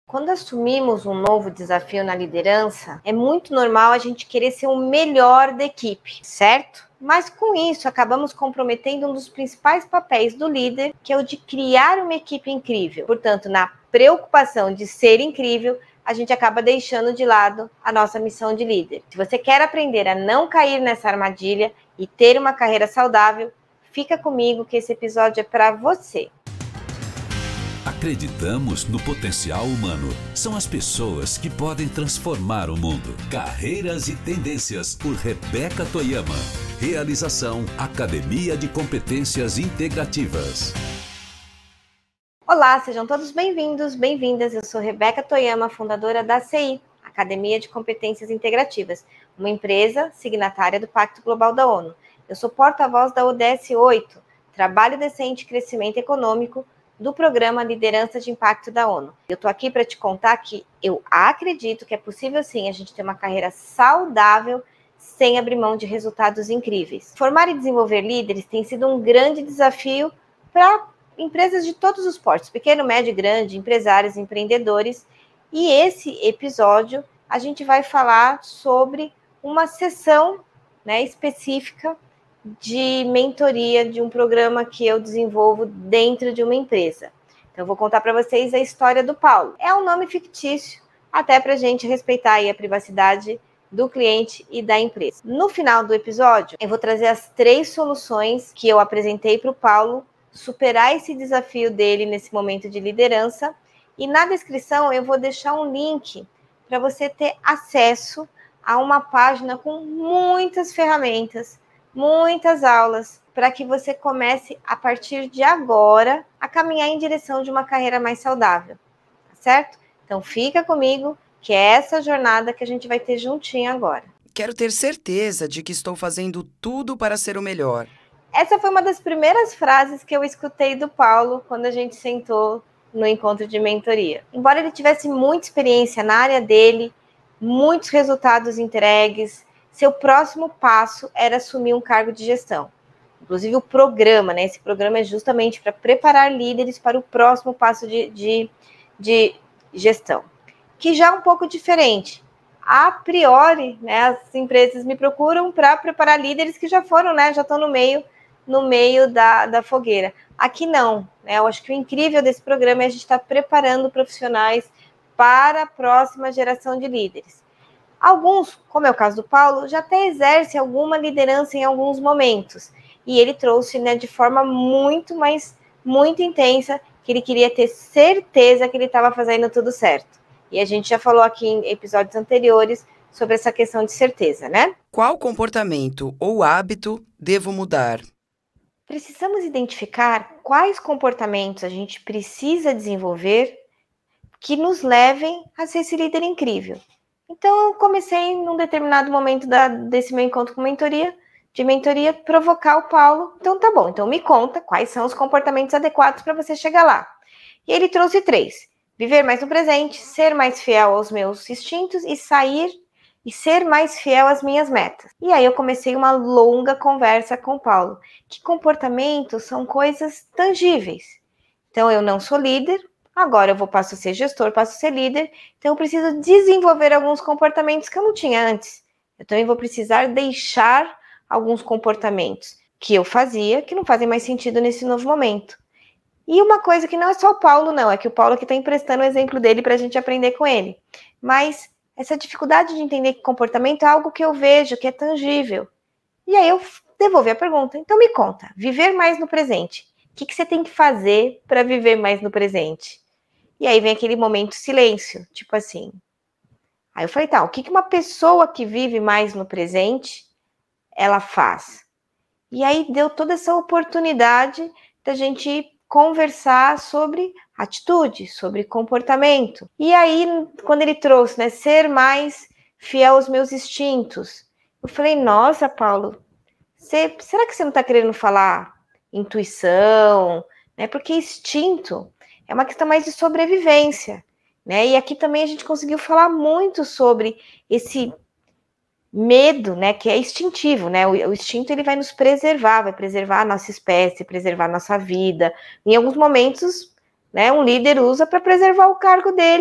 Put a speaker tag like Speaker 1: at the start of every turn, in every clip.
Speaker 1: Quando assumimos um novo desafio na liderança, é muito normal a gente querer ser o melhor da equipe, certo? Mas com isso, acabamos comprometendo um dos principais papéis do líder, que é o de criar uma equipe incrível. Portanto, na preocupação de ser incrível, a gente acaba deixando de lado a nossa missão de líder. Se você quer aprender a não cair nessa armadilha e ter uma carreira saudável, fica comigo que esse episódio é para você.
Speaker 2: Acreditamos no potencial humano. São as pessoas que podem transformar o mundo. Carreiras e Tendências, por Rebeca Toyama. Realização Academia de Competências Integrativas.
Speaker 1: Olá, sejam todos bem-vindos, bem-vindas. Eu sou Rebeca Toyama, fundadora da CI, Academia de Competências Integrativas, uma empresa signatária do Pacto Global da ONU. Eu sou porta-voz da ODS 8, Trabalho Decente e Crescimento Econômico, do programa Liderança de Impacto da ONU. Eu estou aqui para te contar que eu acredito que é possível sim a gente ter uma carreira saudável sem abrir mão de resultados incríveis. Formar e desenvolver líderes tem sido um grande desafio para empresas de todos os portes, pequeno, médio e grande, empresários, empreendedores. E esse episódio a gente vai falar sobre uma sessão, específica de mentoria de um programa que eu desenvolvo dentro de uma empresa. Então, eu vou contar para vocês a história do Paulo. É um nome fictício, até para a gente respeitar aí a privacidade do cliente e da empresa. No final do episódio, eu vou trazer as 3 soluções que eu apresentei para o Paulo superar esse desafio dele nesse momento de liderança. E na descrição eu vou deixar um link para você ter acesso a uma página com muitas ferramentas, muitas aulas, para que você comece, a partir de agora, a caminhar em direção de uma carreira mais saudável, tá certo? Então fica comigo, que é essa jornada que a gente vai ter juntinho agora.
Speaker 3: Quero ter certeza de que estou fazendo tudo para ser o melhor.
Speaker 1: Essa foi uma das primeiras frases que eu escutei do Paulo quando a gente sentou no encontro de mentoria. Embora ele tivesse muita experiência na área dele, muitos resultados entregues, seu próximo passo era assumir um cargo de gestão. Inclusive o programa, esse programa é justamente para preparar líderes para o próximo passo de gestão, que já é um pouco diferente. A priori, as empresas me procuram para preparar líderes que já foram, já estão no meio da fogueira. Aqui não, eu acho que o incrível desse programa é a gente estar preparando profissionais para a próxima geração de líderes. Alguns, como é o caso do Paulo, já até exercem alguma liderança em alguns momentos. E ele trouxe de forma muito intensa que ele queria ter certeza que ele estava fazendo tudo certo. E a gente já falou aqui em episódios anteriores sobre essa questão de certeza,
Speaker 3: Qual comportamento ou hábito devo mudar?
Speaker 1: Precisamos identificar quais comportamentos a gente precisa desenvolver que nos levem a ser esse líder incrível. Então, eu comecei, num determinado momento desse meu encontro com mentoria, provocar o Paulo. Então, tá bom. Então, me conta quais são os comportamentos adequados para você chegar lá. E ele trouxe 3. Viver mais no presente, ser mais fiel aos meus instintos e ser mais fiel às minhas metas. E aí, eu comecei uma longa conversa com o Paulo. Que comportamentos são coisas tangíveis. Então, eu não sou líder. Agora eu passo a ser gestor, passo a ser líder, então eu preciso desenvolver alguns comportamentos que eu não tinha antes. Eu também vou precisar deixar alguns comportamentos que eu fazia, que não fazem mais sentido nesse novo momento. E uma coisa que não é só o Paulo, não, é que o Paulo aqui está emprestando o exemplo dele para a gente aprender com ele. Mas essa dificuldade de entender que comportamento é algo que eu vejo, que é tangível. E aí eu devolvi a pergunta. Então me conta, viver mais no presente. O que você tem que fazer para viver mais no presente? E aí vem aquele momento silêncio, tipo assim. Aí eu falei, tá, o que uma pessoa que vive mais no presente, ela faz? E aí deu toda essa oportunidade da gente conversar sobre atitude, sobre comportamento. E aí, quando ele trouxe, ser mais fiel aos meus instintos, eu falei, nossa, Paulo, será que você não está querendo falar intuição? Porque instinto é uma questão mais de sobrevivência, E aqui também a gente conseguiu falar muito sobre esse medo, que é instintivo, O instinto ele vai nos preservar, vai preservar a nossa espécie, preservar a nossa vida. Em alguns momentos, um líder usa para preservar o cargo dele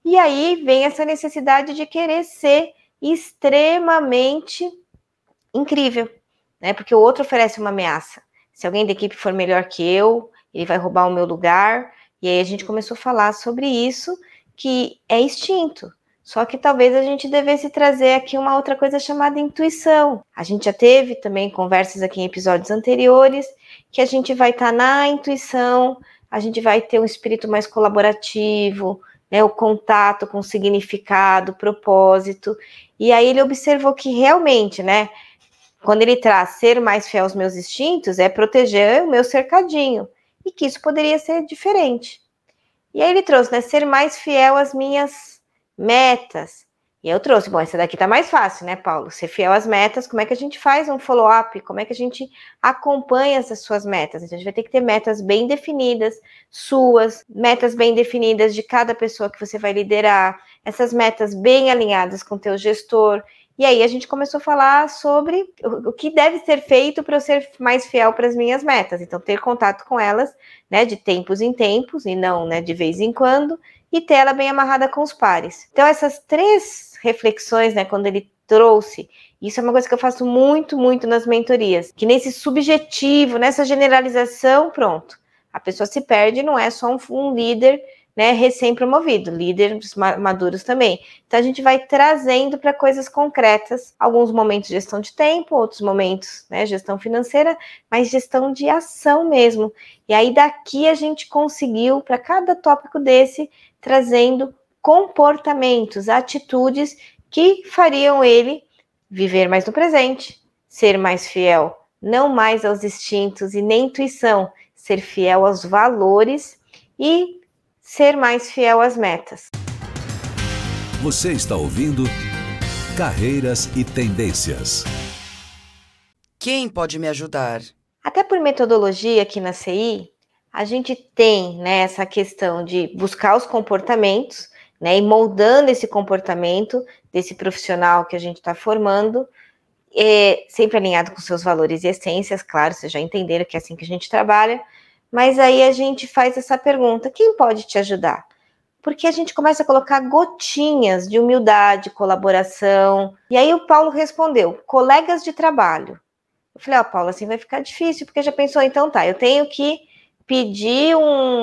Speaker 1: E aí vem essa necessidade de querer ser extremamente incrível, né? Porque o outro oferece uma ameaça. Se alguém da equipe for melhor que eu, ele vai roubar o meu lugar. E aí a gente começou a falar sobre isso, que é instinto. Só que talvez a gente devesse trazer aqui uma outra coisa chamada intuição. A gente já teve também conversas aqui em episódios anteriores, que a gente vai estar na intuição, a gente vai ter um espírito mais colaborativo, né, o contato com significado, propósito. E aí ele observou que realmente, né, quando ele traz ser mais fiel aos meus instintos, é proteger o meu cercadinho. E que isso poderia ser diferente. E aí ele trouxe, né, ser mais fiel às minhas metas. E eu trouxe, bom, essa daqui tá mais fácil, né, Paulo? Ser fiel às metas, como é que a gente faz um follow-up? Como é que a gente acompanha essas suas metas? Então, a gente vai ter que ter metas bem definidas, suas, metas bem definidas de cada pessoa que você vai liderar, essas metas bem alinhadas com o teu gestor. E aí a gente começou a falar sobre o que deve ser feito para eu ser mais fiel para as minhas metas. Então, ter contato com elas, né, de tempos em tempos, e não, né, de vez em quando, e ter ela bem amarrada com os pares. Então, essas 3 reflexões, né, quando ele trouxe, isso é uma coisa que eu faço muito, muito nas mentorias, que nesse subjetivo, nessa generalização, pronto, a pessoa se perde, não é só um líder, né, recém-promovido, líderes maduros também. Então, a gente vai trazendo para coisas concretas, alguns momentos de gestão de tempo, outros momentos, né, gestão financeira, mas gestão de ação mesmo. E aí, daqui a gente conseguiu, para cada tópico desse, trazendo comportamentos, atitudes que fariam ele viver mais no presente, ser mais fiel, não mais aos instintos e nem intuição, ser fiel aos valores e ser mais fiel às metas.
Speaker 2: Você está ouvindo Carreiras e Tendências.
Speaker 3: Quem pode me ajudar?
Speaker 1: Até por metodologia aqui na CI, a gente tem, né, essa questão de buscar os comportamentos, né, e moldando esse comportamento desse profissional que a gente está formando, sempre alinhado com seus valores e essências, claro, vocês já entenderam que é assim que a gente trabalha, mas aí a gente faz essa pergunta, quem pode te ajudar? Porque a gente começa a colocar gotinhas de humildade, colaboração, e aí o Paulo respondeu, colegas de trabalho. Eu falei, Paulo, assim vai ficar difícil, porque já pensou, então tá, eu tenho que pedir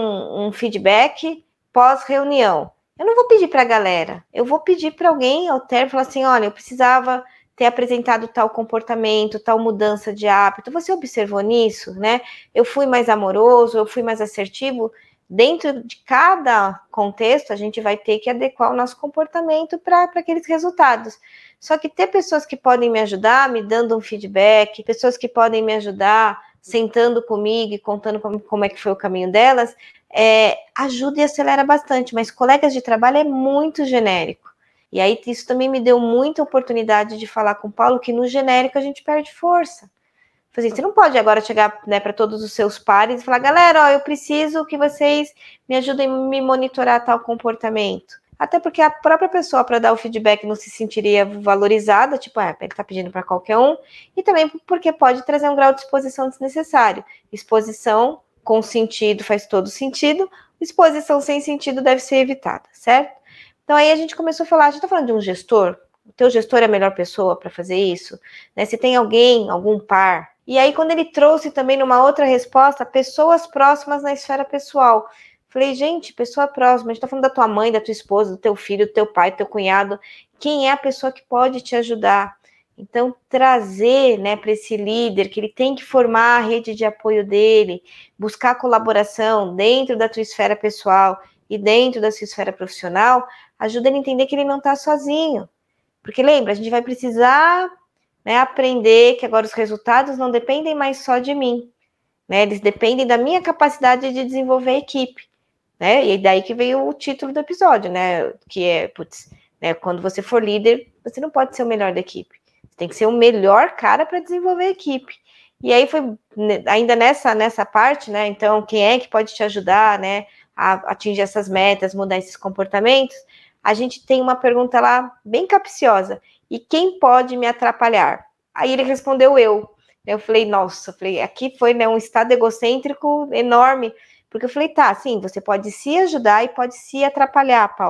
Speaker 1: um feedback pós-reunião. Eu não vou pedir para a galera, eu vou pedir para alguém ao término, falar assim, olha, eu precisava ter apresentado tal comportamento, tal mudança de hábito, você observou nisso, né? Eu fui mais amoroso, eu fui mais assertivo. Dentro de cada contexto, a gente vai ter que adequar o nosso comportamento para aqueles resultados. Só que ter pessoas que podem me ajudar, me dando um feedback, pessoas que podem me ajudar, sentando comigo e contando como é que foi o caminho delas, ajuda e acelera bastante, mas colegas de trabalho é muito genérico. E aí isso também me deu muita oportunidade de falar com o Paulo que no genérico a gente perde força. Você não pode agora chegar, né, para todos os seus pares e falar, galera, eu preciso que vocês me ajudem a me monitorar tal comportamento. Até porque a própria pessoa, para dar o feedback, não se sentiria valorizada, tipo, ele está pedindo para qualquer um, e também porque pode trazer um grau de exposição desnecessário. Exposição com sentido faz todo sentido, exposição sem sentido deve ser evitada, certo? Então aí a gente começou a falar, a gente está falando de um gestor, o teu gestor é a melhor pessoa para fazer isso, né? Se tem alguém, algum par. E aí quando ele trouxe também numa outra resposta, pessoas próximas na esfera pessoal. Falei, gente, pessoa próxima, a gente tá falando da tua mãe, da tua esposa, do teu filho, do teu pai, do teu cunhado, quem é a pessoa que pode te ajudar? Então, trazer, né, para esse líder, que ele tem que formar a rede de apoio dele, buscar colaboração dentro da tua esfera pessoal e dentro da sua esfera profissional, ajuda ele a entender que ele não está sozinho. Porque lembra, a gente vai precisar, né, aprender que agora os resultados não dependem mais só de mim, né, eles dependem da minha capacidade de desenvolver a equipe. Né? E daí que veio o título do episódio, né? Que é, né, quando você for líder, você não pode ser o melhor da equipe. Você tem que ser o melhor cara para desenvolver a equipe. E aí foi ainda nessa parte, né? Então, quem é que pode te ajudar, né? A atingir essas metas, mudar esses comportamentos? A gente tem uma pergunta lá bem capciosa. E quem pode me atrapalhar? Aí ele respondeu eu. Eu falei, nossa, aqui foi, né, um estado egocêntrico enorme. Porque eu falei, tá, sim, você pode se ajudar e pode se atrapalhar, Paulo.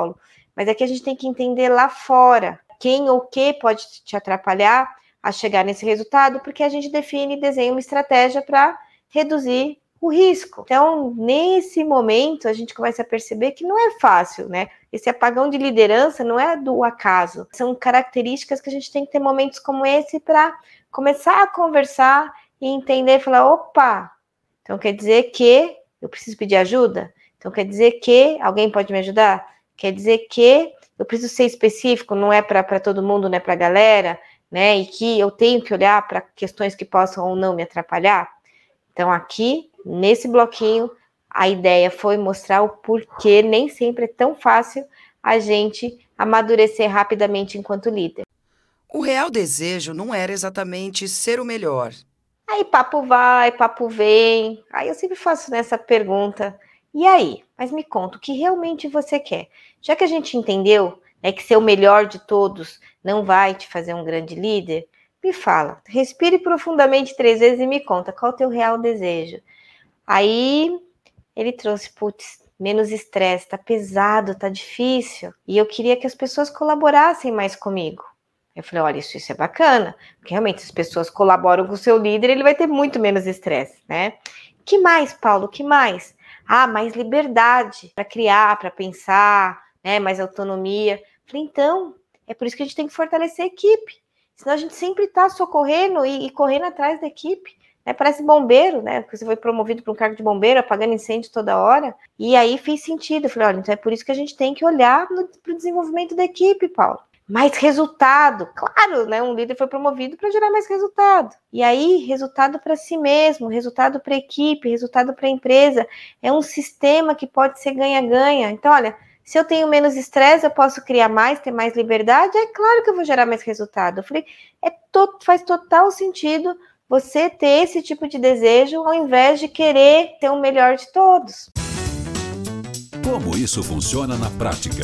Speaker 1: mas aqui a gente tem que entender lá fora quem ou o que pode te atrapalhar a chegar nesse resultado, porque a gente define e desenha uma estratégia para reduzir o risco. Então, nesse momento, a gente começa a perceber que não é fácil, né? Esse apagão de liderança não é do acaso. São características que a gente tem que ter momentos como esse para começar a conversar e entender, falar, opa, então quer dizer que eu preciso pedir ajuda? Então quer dizer que alguém pode me ajudar? Quer dizer que eu preciso ser específico, não é para todo mundo, não é para a galera, né? E que eu tenho que olhar para questões que possam ou não me atrapalhar. Então aqui, nesse bloquinho, a ideia foi mostrar o porquê nem sempre é tão fácil a gente amadurecer rapidamente enquanto líder.
Speaker 3: O real desejo não era exatamente ser o melhor.
Speaker 1: Aí papo vai, papo vem. Aí eu sempre faço nessa pergunta. E aí? Mas me conta, o que realmente você quer? Já que a gente entendeu, né, que ser o melhor de todos não vai te fazer um grande líder, me fala, respire profundamente 3 vezes e me conta qual é o teu real desejo. Aí ele trouxe, putz, menos estresse, tá pesado, tá difícil. E eu queria que as pessoas colaborassem mais comigo. Eu falei, olha, isso é bacana, porque realmente as pessoas colaboram com o seu líder, ele vai ter muito menos estresse, né? Que mais, Paulo? Que mais? Ah, mais liberdade para criar, para pensar, né? Mais autonomia. Falei, então, é por isso que a gente tem que fortalecer a equipe. Senão a gente sempre está socorrendo e correndo atrás da equipe. Né? Parece bombeiro, né? Porque você foi promovido para um cargo de bombeiro, apagando incêndio toda hora. E aí fez sentido. Eu falei, olha, então é por isso que a gente tem que olhar para o desenvolvimento da equipe, Paulo. Mais resultado, claro, né? Um líder foi promovido para gerar mais resultado. E aí, resultado para si mesmo, resultado para a equipe, resultado para a empresa. É um sistema que pode ser ganha-ganha. Então, olha, se eu tenho menos estresse, eu posso criar mais, ter mais liberdade, é claro que eu vou gerar mais resultado. Eu falei, faz total sentido você ter esse tipo de desejo ao invés de querer ter o melhor de todos.
Speaker 2: Como isso funciona na prática?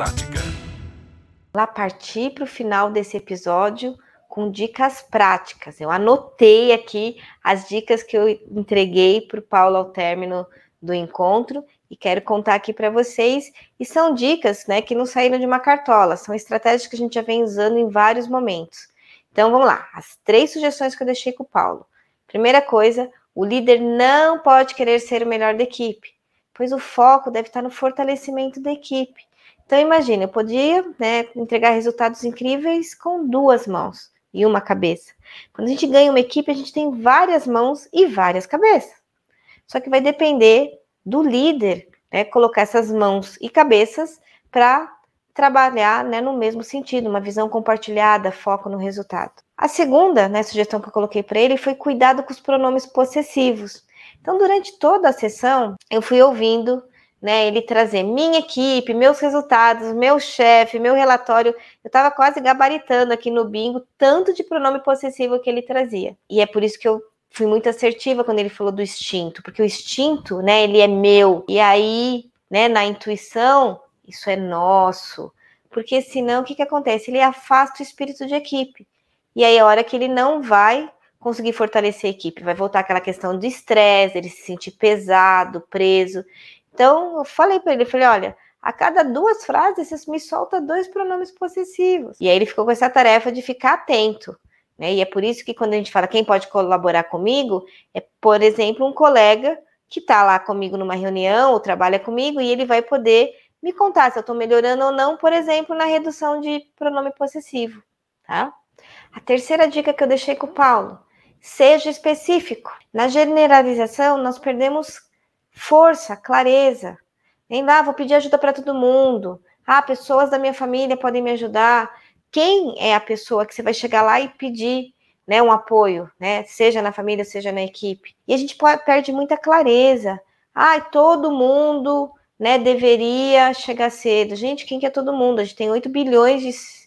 Speaker 1: Lá partir para o final desse episódio com dicas práticas. Eu anotei aqui as dicas que eu entreguei para o Paulo ao término do encontro e quero contar aqui para vocês. E são dicas, né, que não saíram de uma cartola, são estratégias que a gente já vem usando em vários momentos. Então vamos lá, as 3 sugestões que eu deixei com o Paulo. Primeira coisa, o líder não pode querer ser o melhor da equipe, pois o foco deve estar no fortalecimento da equipe. Então, imagina, eu podia, né, entregar resultados incríveis com 2 mãos e uma cabeça. Quando a gente ganha uma equipe, a gente tem várias mãos e várias cabeças. Só que vai depender do líder, né, colocar essas mãos e cabeças para trabalhar, né, no mesmo sentido, uma visão compartilhada, foco no resultado. A segunda, né, sugestão que eu coloquei para ele foi cuidado com os pronomes possessivos. Então, durante toda a sessão, eu fui ouvindo, né, ele trazer minha equipe, meus resultados, meu chefe, meu relatório. Eu estava quase gabaritando aqui no bingo tanto de pronome possessivo que ele trazia. E é por isso que eu fui muito assertiva quando ele falou do instinto, porque o instinto, né, ele é meu. E aí, né, na intuição, isso é nosso. Porque senão, o que acontece? Ele afasta o espírito de equipe. E aí, a hora que ele não vai conseguir fortalecer a equipe, vai voltar aquela questão de estresse, ele se sentir pesado, preso. Então, eu falei para ele, falei, olha, a cada 2 frases, você me solta 2 pronomes possessivos. E aí ele ficou com essa tarefa de ficar atento, né? E é por isso que quando a gente fala quem pode colaborar comigo, é, por exemplo, um colega que está lá comigo numa reunião ou trabalha comigo e ele vai poder me contar se eu estou melhorando ou não, por exemplo, na redução de pronome possessivo, tá? A terceira dica que eu deixei com o Paulo, seja específico. Na generalização, nós perdemos força, clareza. Nem lá, vou pedir ajuda para todo mundo. Ah, pessoas da minha família podem me ajudar. Quem é a pessoa que você vai chegar lá e pedir, né, um apoio, né? Seja na família, seja na equipe. E a gente perde muita clareza. Ah, todo mundo, né, deveria chegar cedo. Gente, quem que é todo mundo? A gente tem 8 bilhões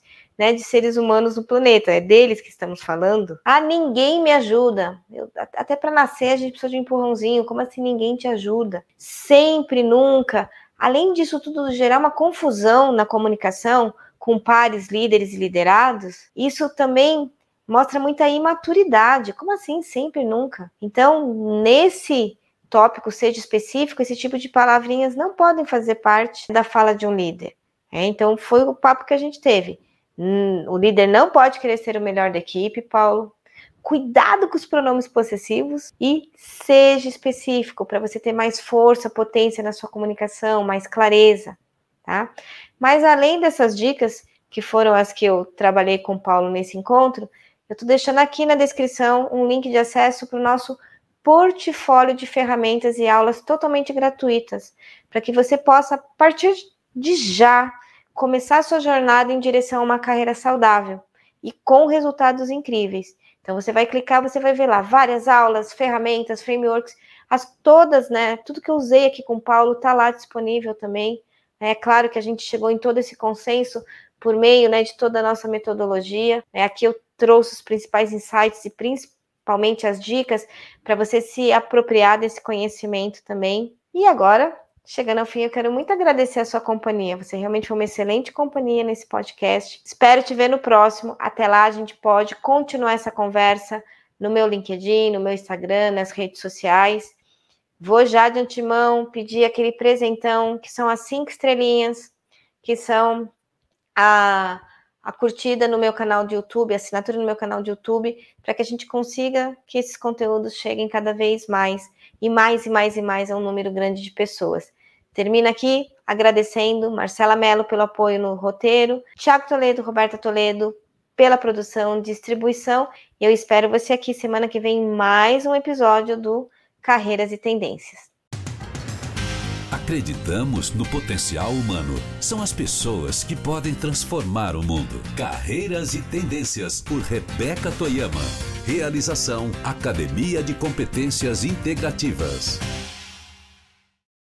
Speaker 1: de seres humanos no planeta, é deles que estamos falando. Ah, ninguém me ajuda. Até para nascer a gente precisa de um empurrãozinho, como assim ninguém te ajuda? Sempre, nunca. Além disso tudo gerar uma confusão na comunicação com pares, líderes e liderados, isso também mostra muita imaturidade. Como assim sempre, nunca? Então, nesse tópico, seja específico, esse tipo de palavrinhas não podem fazer parte da fala de um líder. Então, foi o papo que a gente teve. O líder não pode querer ser o melhor da equipe, Paulo. Cuidado com os pronomes possessivos e seja específico para você ter mais força, potência na sua comunicação, mais clareza, tá? Mas além dessas dicas, que foram as que eu trabalhei com o Paulo nesse encontro, eu estou deixando aqui na descrição um link de acesso para o nosso portfólio de ferramentas e aulas totalmente gratuitas, para que você possa, a partir de já, começar a sua jornada em direção a uma carreira saudável e com resultados incríveis. Então, você vai clicar, você vai ver lá várias aulas, ferramentas, frameworks, todas, né? Tudo que eu usei aqui com o Paulo está lá disponível também. É claro que a gente chegou em todo esse consenso por meio, né, de toda a nossa metodologia. Aqui eu trouxe os principais insights e principalmente as dicas para você se apropriar desse conhecimento também. E agora, chegando ao fim, eu quero muito agradecer a sua companhia. Você realmente foi uma excelente companhia nesse podcast. Espero te ver no próximo. Até lá, a gente pode continuar essa conversa no meu LinkedIn, no meu Instagram, nas redes sociais. Vou já de antemão pedir aquele presentão, que são as 5 estrelinhas, que são a curtida no meu canal de YouTube, a assinatura no meu canal de YouTube, para que a gente consiga que esses conteúdos cheguem cada vez mais e mais a um número grande de pessoas. Termino aqui agradecendo Marcela Mello pelo apoio no roteiro, Thiago Toledo, Roberta Toledo pela produção, distribuição, e eu espero você aqui semana que vem em mais um episódio do Carreiras e Tendências.
Speaker 2: Acreditamos no potencial humano. São as pessoas que podem transformar o mundo. Carreiras e Tendências, por Rebeca Toyama. Realização: Academia de Competências Integrativas.